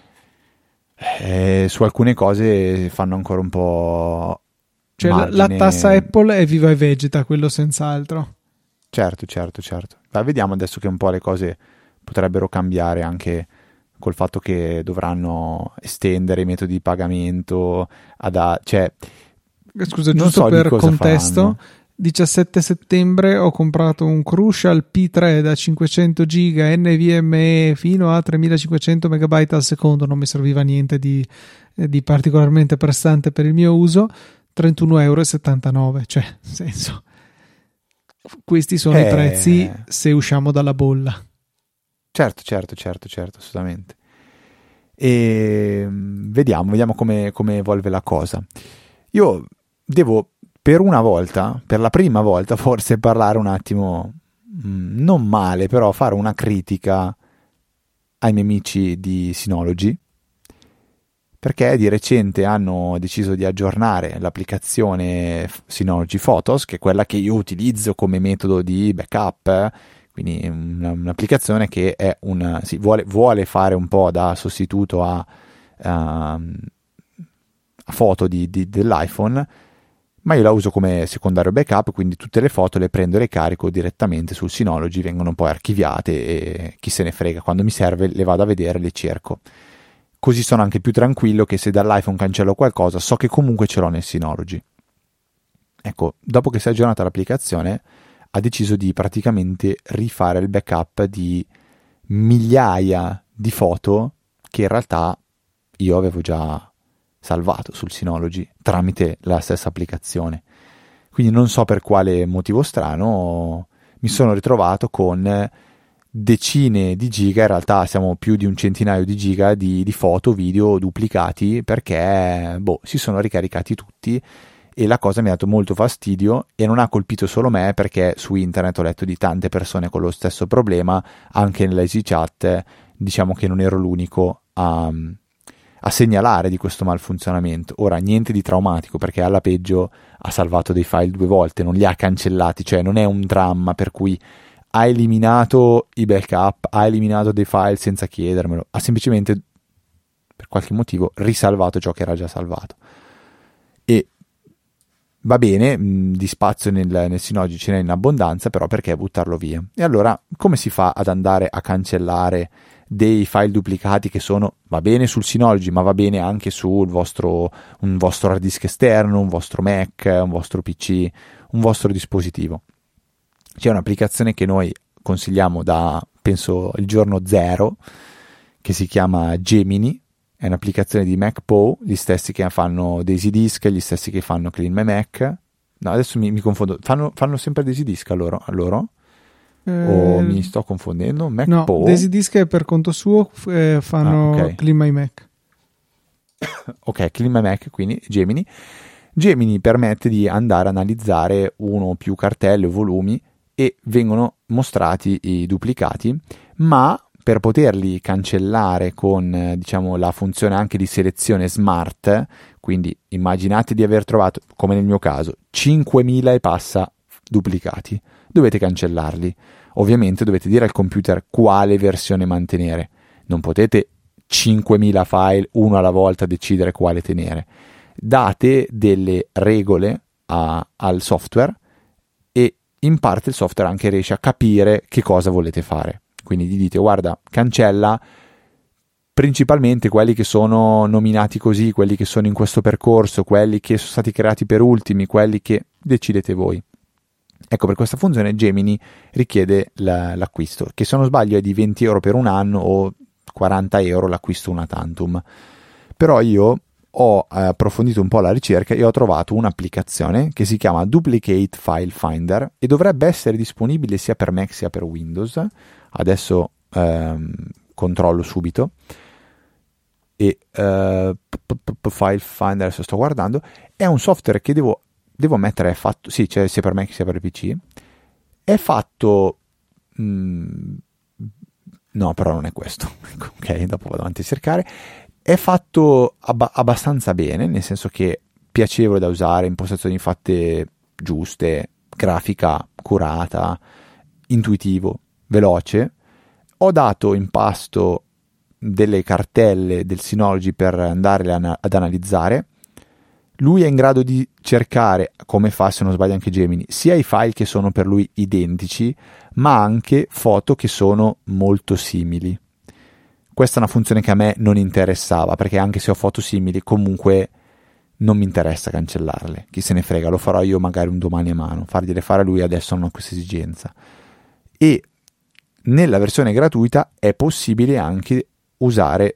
su alcune cose fanno ancora un po'... Cioè la tassa Apple è viva e vegeta, quello senz'altro. Certo. Ma vediamo adesso che un po' le cose potrebbero cambiare anche col fatto che dovranno estendere i metodi di pagamento cioè... Scusa, giusto per contesto, faranno. 17 settembre ho comprato un Crucial P3 da 500 giga NVMe fino a 3500 MB al secondo, non mi serviva niente di particolarmente prestante per il mio uso, 31,79 euro, cioè, nel senso, questi sono i prezzi se usciamo dalla bolla. Certo, assolutamente. E vediamo come evolve la cosa. Io devo per la prima volta forse parlare un attimo, non male, però fare una critica ai miei amici di Synology, perché di recente hanno deciso di aggiornare l'applicazione Synology Photos, che è quella che io utilizzo come metodo di backup, quindi un'applicazione che è vuole fare un po' da sostituto a foto dell'iPhone, ma io la uso come secondario backup, quindi tutte le foto le prendo e le carico direttamente sul Synology, vengono poi archiviate e chi se ne frega, quando mi serve le vado a vedere, le cerco, così sono anche più tranquillo che se dall'iPhone cancello qualcosa so che comunque ce l'ho nel Synology. Ecco, dopo che si è aggiornata l'applicazione ha deciso di praticamente rifare il backup di migliaia di foto che in realtà io avevo già salvato sul Synology tramite la stessa applicazione. Quindi non so per quale motivo strano mi sono ritrovato con decine di giga, in realtà siamo più di un centinaio di giga di foto, video duplicati, perché si sono ricaricati tutti, e la cosa mi ha dato molto fastidio e non ha colpito solo me, perché su internet ho letto di tante persone con lo stesso problema, anche nell'EasyChat diciamo che non ero l'unico a segnalare di questo malfunzionamento. Ora, niente di traumatico, perché alla peggio ha salvato dei file 2 volte, non li ha cancellati, cioè non è un dramma per cui ha eliminato i backup, ha eliminato dei file senza chiedermelo, ha semplicemente per qualche motivo risalvato ciò che era già salvato. E va bene, di spazio nel Synology ce n'è in abbondanza, però perché buttarlo via? E allora come si fa ad andare a cancellare dei file duplicati che sono, va bene sul Synology, ma va bene anche su un vostro hard disk esterno, un vostro Mac, un vostro PC, un vostro dispositivo? C'è un'applicazione che noi consigliamo da, penso, il giorno zero, che si chiama Gemini. È un'applicazione di MacPo, gli stessi che fanno Daisy Disk, gli stessi che fanno Clean My Mac. No, adesso mi confondo. Fanno sempre Daisy Disk a loro? O mi sto confondendo? MacPo? No, Daisy Disk è per conto suo, fanno okay. Clean My Mac. Ok, Clean My Mac, quindi Gemini. Gemini permette di andare a analizzare uno o più cartelle o volumi e vengono mostrati i duplicati, ma per poterli cancellare con diciamo la funzione anche di selezione smart, quindi immaginate di aver trovato, come nel mio caso, 5.000 e passa duplicati, dovete cancellarli. Ovviamente dovete dire al computer quale versione mantenere, non potete 5.000 file uno alla volta decidere quale tenere. Date delle regole al software e in parte il software anche riesce a capire che cosa volete fare. Quindi gli dite: guarda, cancella principalmente quelli che sono nominati così, quelli che sono in questo percorso, quelli che sono stati creati per ultimi, quelli che decidete voi. Ecco, per questa funzione Gemini richiede l'acquisto, che se non sbaglio è di 20 euro per un anno o 40 euro l'acquisto una tantum. Però io ho approfondito un po' la ricerca e ho trovato un'applicazione che si chiama Duplicate File Finder e dovrebbe essere disponibile sia per Mac sia per Windows. Adesso controllo subito. E File Finder, adesso sto guardando, è un software che devo mettere, è fatto, sì, c'è sia per Mac sia per PC, è fatto no, però non è questo. Ok, dopo vado avanti a cercare. È fatto abbastanza bene, nel senso che piacevole da usare, impostazioni fatte giuste, grafica curata, intuitivo, veloce. Ho dato in pasto delle cartelle del Synology per andarle ad analizzare. Lui è in grado di cercare, come fa se non sbaglio anche Gemini, sia i file che sono per lui identici, ma anche foto che sono molto simili. Questa è una funzione che a me non interessava, perché anche se ho foto simili comunque non mi interessa cancellarle, chi se ne frega, lo farò io magari un domani a mano, fargliele fare a lui adesso non ho questa esigenza. E nella versione gratuita è possibile anche usare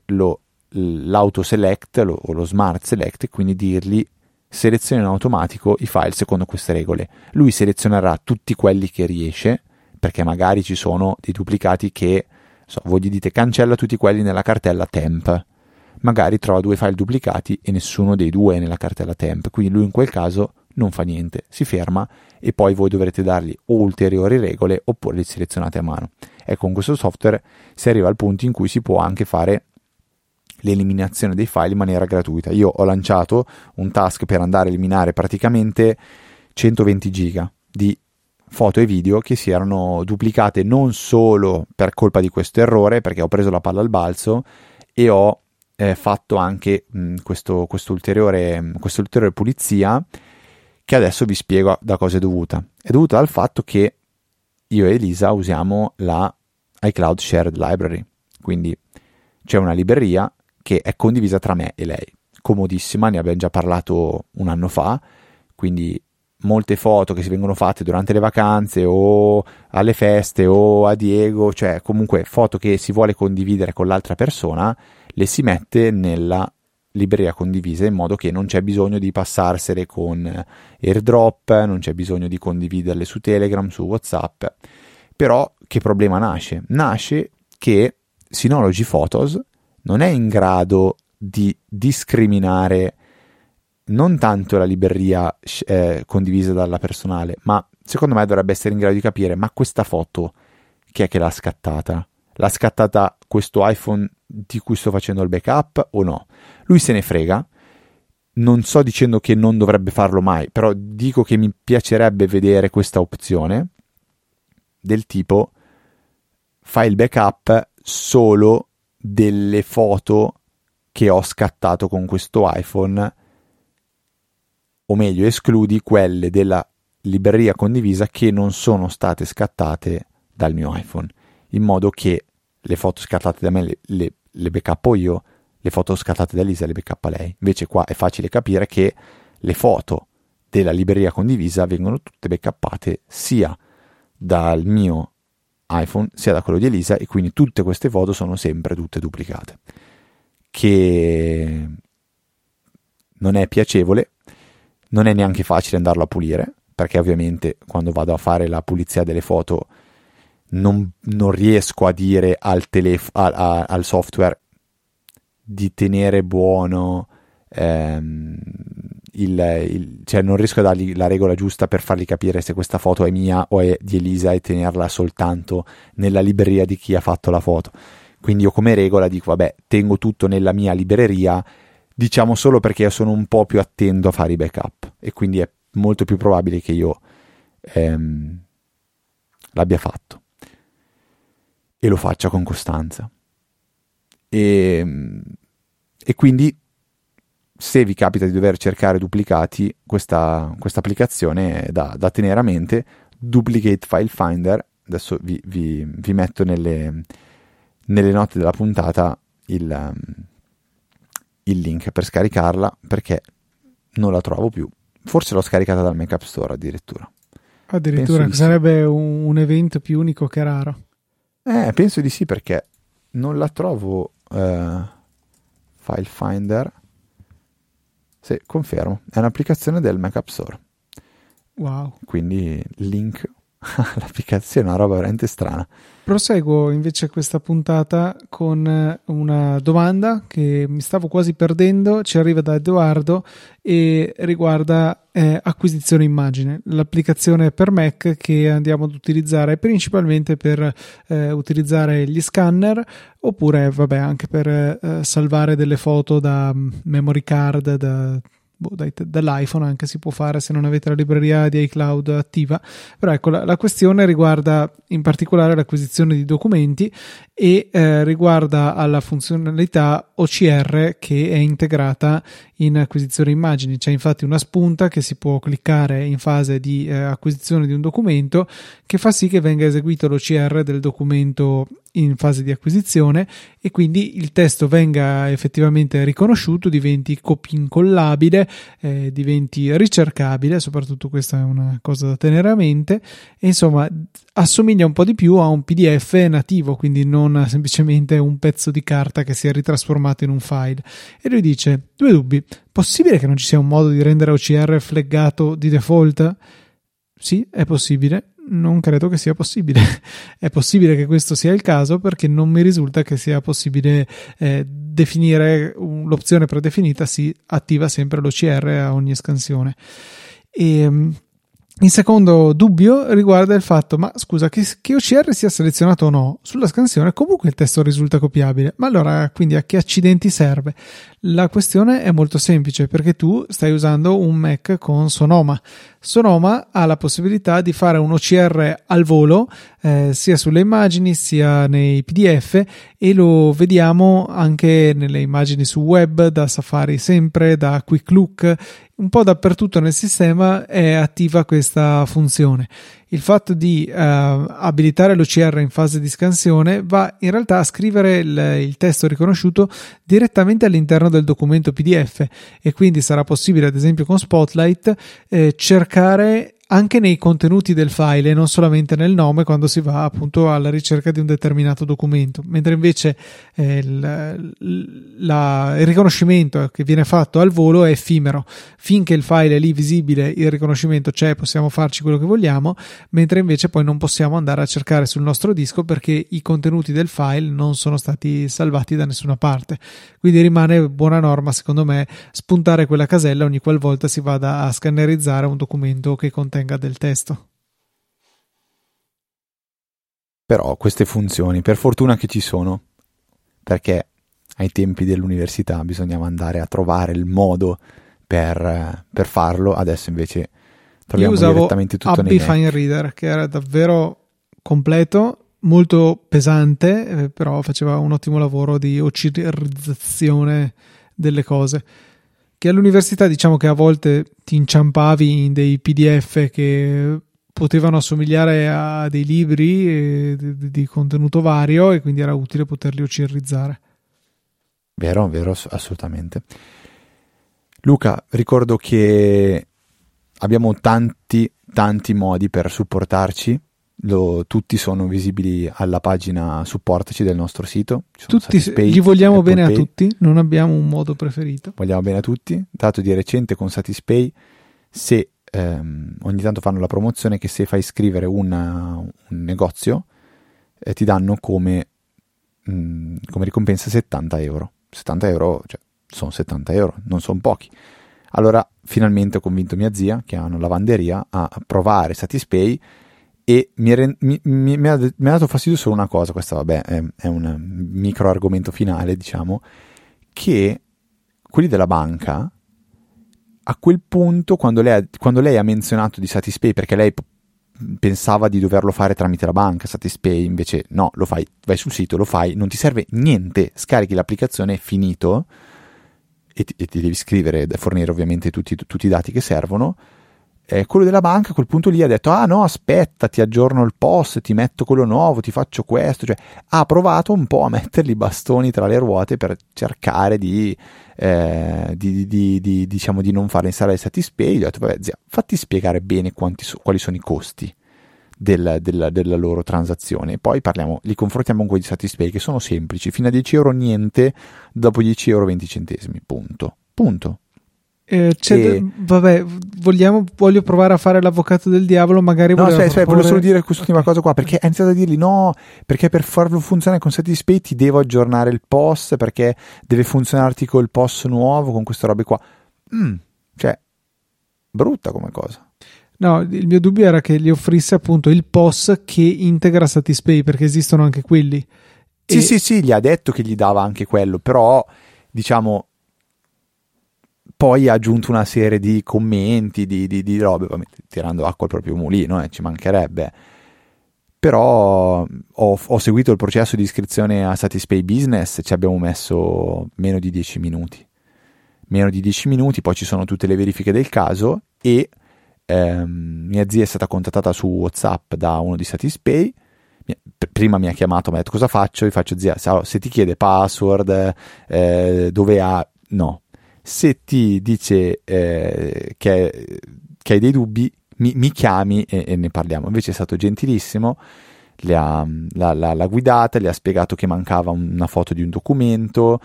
l'autoselect o lo smart select, quindi dirgli seleziona in automatico i file secondo queste regole. Lui selezionerà tutti quelli che riesce, perché magari ci sono dei duplicati che voi gli dite cancella tutti quelli nella cartella temp, magari trova 2 file duplicati e nessuno dei 2 è nella cartella temp, quindi lui in quel caso non fa niente, si ferma e poi voi dovrete dargli o ulteriori regole oppure li selezionate a mano. Ecco, con questo software si arriva al punto in cui si può anche fare l'eliminazione dei file in maniera gratuita. Io ho lanciato un task per andare a eliminare praticamente 120 giga di foto e video che si erano duplicate non solo per colpa di questo errore, perché ho preso la palla al balzo e ho fatto anche questo ulteriore pulizia, che adesso vi spiego da cosa è dovuta. È dovuta dal fatto che io e Elisa usiamo la iCloud Shared Library, quindi c'è una libreria che è condivisa tra me e lei, comodissima, ne abbiamo già parlato un anno fa, quindi molte foto che si vengono fatte durante le vacanze o alle feste o a Diego, cioè comunque foto che si vuole condividere con l'altra persona, le si mette nella libreria condivisa in modo che non c'è bisogno di passarsele con AirDrop, non c'è bisogno di condividerle su Telegram, su WhatsApp. Però che problema nasce? Nasce che Synology Photos non è in grado di discriminare non tanto la libreria condivisa dalla personale, ma secondo me dovrebbe essere in grado di capire, ma questa foto chi è che l'ha scattata? L'ha scattata questo iPhone di cui sto facendo il backup o no? Lui se ne frega, non sto dicendo che non dovrebbe farlo mai, però dico che mi piacerebbe vedere questa opzione del tipo fai il backup solo delle foto che ho scattato con questo iPhone, o meglio escludi quelle della libreria condivisa che non sono state scattate dal mio iPhone, in modo che le foto scattate da me le backuppo io, le foto scattate da Elisa le backuppa lei. Invece qua è facile capire che le foto della libreria condivisa vengono tutte backuppate sia dal mio iPhone sia da quello di Elisa, e quindi tutte queste foto sono sempre tutte duplicate, che non è piacevole, non è neanche facile andarlo a pulire, perché ovviamente quando vado a fare la pulizia delle foto non riesco a dire al software di tenere buono cioè non riesco a dargli la regola giusta per fargli capire se questa foto è mia o è di Elisa e tenerla soltanto nella libreria di chi ha fatto la foto. Quindi io come regola dico vabbè, tengo tutto nella mia libreria, diciamo solo perché io sono un po' più attento a fare i backup e quindi è molto più probabile che io l'abbia fatto e lo faccia con costanza. E quindi se vi capita di dover cercare duplicati, questa applicazione è da tenere a mente, Duplicate File Finder. Adesso vi metto nelle note della puntata il link per scaricarla, perché non la trovo più. Forse l'ho scaricata dal Mac App Store addirittura che sarebbe un evento più unico che raro. Penso di sì, perché non la trovo File Finder. Sì, confermo. È un'applicazione del Mac App Store. Wow. Quindi link all'applicazione, una roba veramente strana. Proseguo invece questa puntata con una domanda che mi stavo quasi perdendo, ci arriva da Edoardo e riguarda acquisizione immagine, l'applicazione per Mac che andiamo ad utilizzare principalmente per utilizzare gli scanner, oppure vabbè anche per salvare delle foto da memory card, dall'iPhone anche si può fare se non avete la libreria di iCloud attiva. Però ecco, la questione riguarda in particolare l'acquisizione di documenti e riguarda alla funzionalità OCR che è integrata in acquisizione immagini. C'è infatti una spunta che si può cliccare in fase di acquisizione di un documento che fa sì che venga eseguito l'OCR del documento in fase di acquisizione e quindi il testo venga effettivamente riconosciuto, diventi copia-incollabile, diventi ricercabile. Soprattutto questa è una cosa da tenere a mente, e insomma assomiglia un po' di più a un PDF nativo, quindi non semplicemente un pezzo di carta che si è ritrasformato in un file. E lui dice: due dubbi, possibile che non ci sia un modo di rendere OCR flaggato di default? Sì, è possibile. Non credo che sia possibile. È possibile che questo sia il caso, perché non mi risulta che sia possibile definire l'opzione predefinita si attiva sempre l'OCR a ogni scansione. E il secondo dubbio riguarda il fatto: ma scusa, che OCR sia selezionato o no, sulla scansione comunque il testo risulta copiabile, ma allora quindi a che accidenti serve? La questione è molto semplice, perché tu stai usando un Mac con Sonoma. Sonoma ha la possibilità di fare un OCR al volo, sia sulle immagini sia nei PDF, e lo vediamo anche nelle immagini su web, da Safari sempre, da Quick Look, un po' dappertutto nel sistema è attiva questa funzione. Il fatto di abilitare l'OCR in fase di scansione va in realtà a scrivere il testo riconosciuto direttamente all'interno del documento PDF, e quindi sarà possibile, ad esempio con Spotlight, cercare anche nei contenuti del file e non solamente nel nome quando si va appunto alla ricerca di un determinato documento, mentre invece il riconoscimento che viene fatto al volo è effimero. Finché il file è lì visibile, il riconoscimento c'è, possiamo farci quello che vogliamo, mentre invece poi non possiamo andare a cercare sul nostro disco perché i contenuti del file non sono stati salvati da nessuna parte. Quindi rimane buona norma, secondo me, spuntare quella casella ogni qualvolta si vada a scannerizzare un documento che contenga del testo. Però queste funzioni, per fortuna che ci sono, perché ai tempi dell'università bisognava andare a trovare il modo per farlo. Adesso invece troviamo direttamente tutto nei Mac. Fine Reader, che era davvero completo, molto pesante, però faceva un ottimo lavoro di OCRizzazione delle cose, che all'università diciamo che a volte ti inciampavi in dei PDF che potevano assomigliare a dei libri di contenuto vario, e quindi era utile poterli OCRizzare. Vero, assolutamente. Luca, ricordo che abbiamo tanti modi per supportarci. Tutti sono visibili alla pagina supportaci del nostro sito. Tutti gli vogliamo bene a tutti, non abbiamo un modo preferito. Vogliamo bene a tutti. Dato di recente con Satispay, se ogni tanto fanno la promozione che se fai iscrivere un negozio ti danno come ricompensa 70 euro. 70 euro, cioè sono 70 euro, non sono pochi. Allora finalmente ho convinto mia zia, che ha una lavanderia, a provare Satispay, e mi ha dato fastidio solo una cosa. Questa vabbè è un micro argomento finale, diciamo, che quelli della banca a quel punto, quando lei ha menzionato di Satispay, perché lei pensava di doverlo fare tramite la banca, Satispay invece no, lo fai, vai sul sito, lo fai, non ti serve niente, scarichi l'applicazione, è finito, e ti devi scrivere, fornire ovviamente tutti i dati che servono. Quello della banca a quel punto lì ha detto: ah no, aspetta, ti aggiorno il POS, ti metto quello nuovo, ti faccio questo, cioè ha provato un po' a mettergli i bastoni tra le ruote per cercare di diciamo di non fare installare Satispay. Gli ho detto: vabbè zia, fatti spiegare bene quali sono i costi della loro transazione, e poi li confrontiamo con quelli di Satispay, che sono semplici, fino a 10 euro niente, dopo 10 euro 20 centesimi, punto. Vabbè, voglio provare a fare l'avvocato del diavolo, magari. No, volevo solo dire quest'ultima cosa qua, perché ha iniziato a dirgli no, perché per farlo funzionare con Satispay ti devo aggiornare il POS, perché deve funzionarti col POS nuovo, con queste robe qua. Cioè, brutta come cosa. No, il mio dubbio era che gli offrisse appunto il POS che integra Satispay, perché esistono anche quelli. Sì, gli ha detto che gli dava anche quello, però diciamo poi ha aggiunto una serie di commenti, di robe, tirando acqua al proprio mulino, ci mancherebbe. Però ho seguito il processo di iscrizione a Satispay Business, ci abbiamo messo meno di 10 minuti. Meno di 10 minuti, poi ci sono tutte le verifiche del caso e mia zia è stata contattata su WhatsApp da uno di Satispay. Prima mi ha chiamato, mi ha detto cosa faccio? Gli faccio: zia, se ti chiede password, dove ha... No. Se ti dice che hai dei dubbi, mi chiami e ne parliamo. Invece è stato gentilissimo, l'ha guidata, le ha spiegato che mancava una foto di un documento,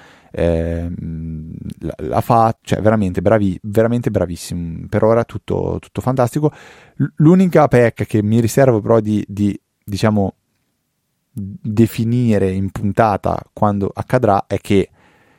l'ha fatto, cioè veramente veramente bravissimo. Per ora tutto fantastico. L'unica pecca che mi riservo però di diciamo definire in puntata quando accadrà è che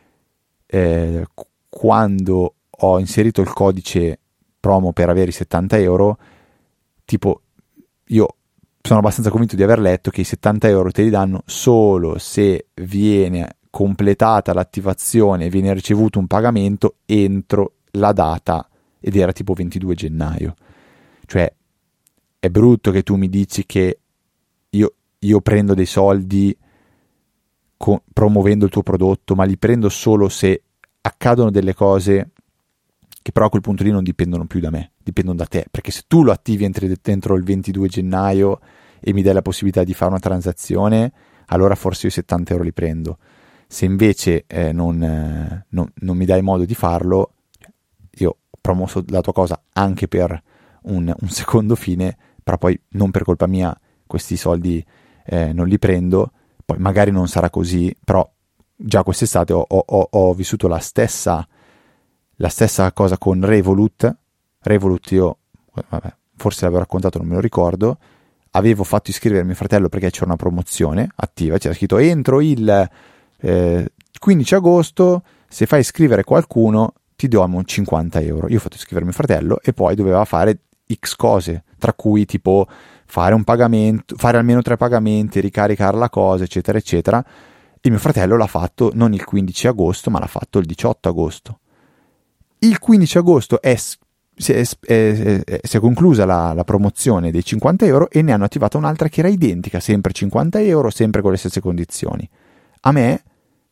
quando ho inserito il codice promo per avere i 70 euro, tipo, io sono abbastanza convinto di aver letto che i 70 euro te li danno solo se viene completata l'attivazione e viene ricevuto un pagamento entro la data, ed era tipo 22 gennaio. Cioè, è brutto che tu mi dici che io prendo dei soldi promuovendo il tuo prodotto, ma li prendo solo se accadono delle cose che però a quel punto lì non dipendono più da me, dipendono da te, perché se tu lo attivi entro il 22 gennaio e mi dai la possibilità di fare una transazione, allora forse io i 70 euro li prendo. Se invece non mi dai modo di farlo, io ho promosso la tua cosa anche per un secondo fine, però poi non per colpa mia questi soldi non li prendo. Poi magari non sarà così, però già quest'estate ho vissuto la stessa cosa con Revolut. Io, vabbè, forse l'avevo raccontato, non me lo ricordo, avevo fatto iscrivere mio fratello perché c'era una promozione attiva, c'era scritto entro il 15 agosto se fai iscrivere qualcuno ti diamo 50 euro. Io ho fatto iscrivere mio fratello e poi doveva fare X cose, tra cui tipo fare un pagamento, fare almeno 3 pagamenti, ricaricare la cosa, eccetera eccetera. E mio fratello l'ha fatto non il 15 agosto, ma l'ha fatto il 18 agosto. Il 15 agosto si è conclusa la promozione dei 50 euro e ne hanno attivata un'altra che era identica, sempre 50 euro, sempre con le stesse condizioni. A me,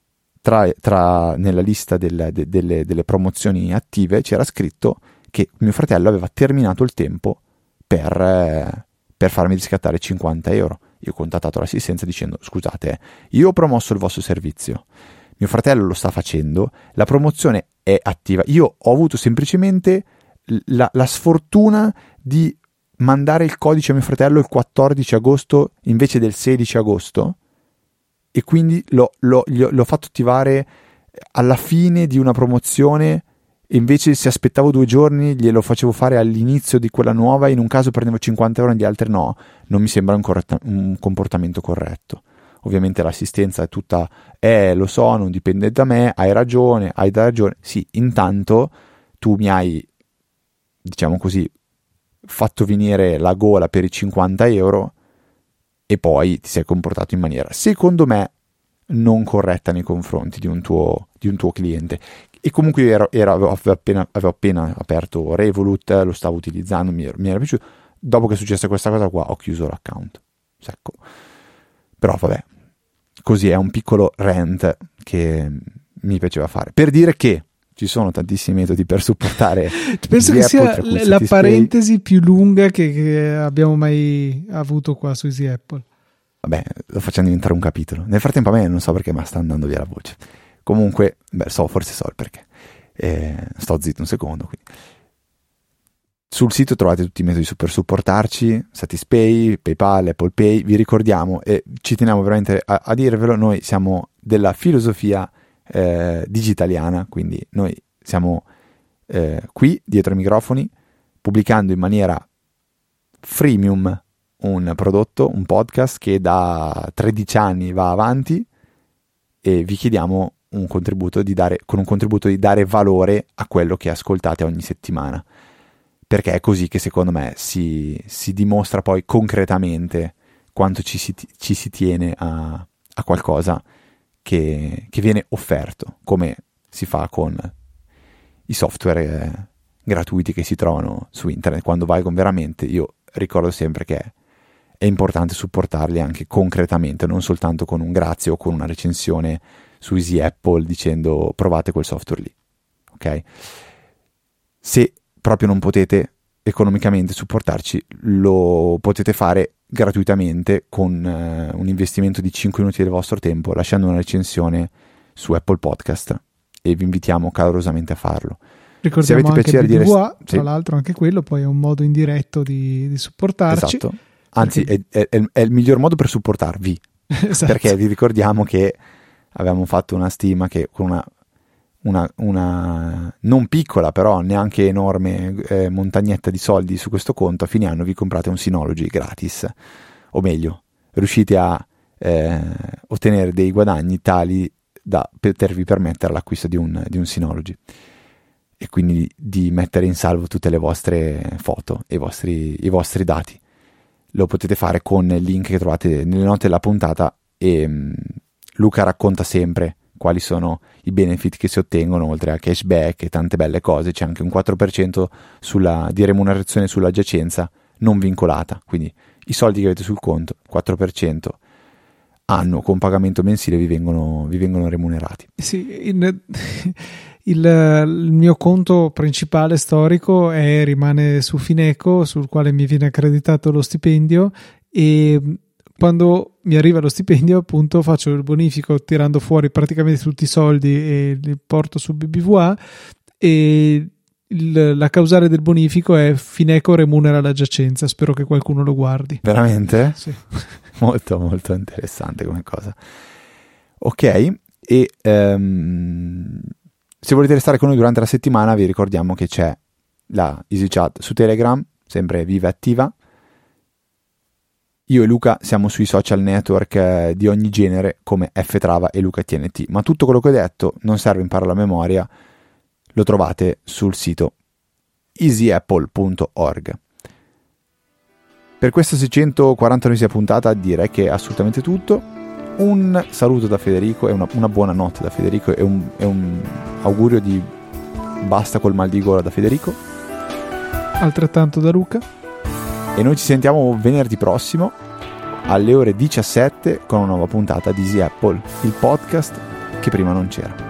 nella lista delle promozioni attive, c'era scritto che mio fratello aveva terminato il tempo per farmi riscattare 50 euro. Io ho contattato l'assistenza dicendo: scusate, io ho promosso il vostro servizio, mio fratello lo sta facendo, la promozione è attiva, io ho avuto semplicemente la sfortuna di mandare il codice a mio fratello il 14 agosto invece del 16 agosto e quindi l'ho fatto attivare alla fine di una promozione, e invece se aspettavo 2 giorni glielo facevo fare all'inizio di quella nuova, in un caso prendevo 50 euro, negli altri no. Non mi sembra un comportamento corretto. Ovviamente l'assistenza è tutta lo so, non dipende da me, hai ragione. Sì, intanto tu mi hai, diciamo così, fatto venire la gola per i 50 euro e poi ti sei comportato in maniera, secondo me, non corretta nei confronti di un tuo cliente. E comunque io avevo appena aperto Revolut, lo stavo utilizzando, mi era piaciuto. Dopo che è successa questa cosa qua ho chiuso l'account secco. Però vabbè, così è un piccolo rant che mi piaceva fare per dire che ci sono tantissimi metodi per supportare. Penso che sia la parentesi più lunga che abbiamo mai avuto qua su Easy Apple. Vabbè, lo facciamo diventare un capitolo. Nel frattempo a me non so perché, ma sta andando via la voce. Comunque, forse so il perché. Sto zitto un secondo. Quindi. Sul sito trovate tutti i metodi per supportarci: Satispay, PayPal, Apple Pay. Vi ricordiamo e ci teniamo veramente a dirvelo, noi siamo della filosofia digitaliana, quindi noi siamo qui dietro i microfoni, pubblicando in maniera freemium un prodotto, un podcast che da 13 anni va avanti, e vi chiediamo con un contributo di dare valore a quello che ascoltate ogni settimana, perché è così che secondo me si dimostra poi concretamente quanto ci si tiene a qualcosa che viene offerto, come si fa con i software gratuiti che si trovano su internet. Quando vai veramente, io ricordo sempre che è importante supportarli anche concretamente, non soltanto con un grazie o con una recensione su Easy Apple dicendo provate quel software lì, ok? Se proprio non potete economicamente supportarci, lo potete fare gratuitamente con un investimento di 5 minuti del vostro tempo, lasciando una recensione su Apple Podcast, e vi invitiamo calorosamente a farlo. Ricordiamo anche BBVA, tra l'altro anche quello poi è un modo indiretto di supportarci. Esatto, anzi è il miglior modo per supportarvi, esatto. Perché vi ricordiamo che avevamo fatto una stima che con una non piccola però neanche enorme montagnetta di soldi su questo conto, a fine anno vi comprate un Synology gratis, o meglio riuscite a ottenere dei guadagni tali da potervi permettere l'acquisto di un Synology, e quindi di mettere in salvo tutte le vostre foto e i vostri dati. Lo potete fare con il link che trovate nelle note della puntata, e Luca racconta sempre quali sono i benefit che si ottengono, oltre a cashback e tante belle cose. C'è anche un 4% di remunerazione sulla giacenza non vincolata, quindi i soldi che avete sul conto, 4% annuo con pagamento mensile, vi vengono remunerati. Sì, il mio conto principale storico rimane su Fineco, sul quale mi viene accreditato lo stipendio, e quando mi arriva lo stipendio appunto faccio il bonifico tirando fuori praticamente tutti i soldi e li porto su BBVA, e la causale del bonifico è Fineco remunera la giacenza. Spero che qualcuno lo guardi. Veramente? Sì. Molto molto interessante come cosa. Ok, e se volete restare con noi durante la settimana vi ricordiamo che c'è la EasyChat su Telegram, sempre viva e attiva. Io e Luca siamo sui social network di ogni genere come Ftrava e Luca TNT, ma tutto quello che ho detto non serve imparare la memoria, lo trovate sul sito easyapple.org. Per questa 649esima puntata direi che è assolutamente tutto. Un saluto da Federico e una buona notte da Federico, e un augurio di basta col mal di gola da Federico. Altrettanto da Luca. E noi ci sentiamo venerdì prossimo alle ore 17 con una nuova puntata di Easy Apple, il podcast che prima non c'era.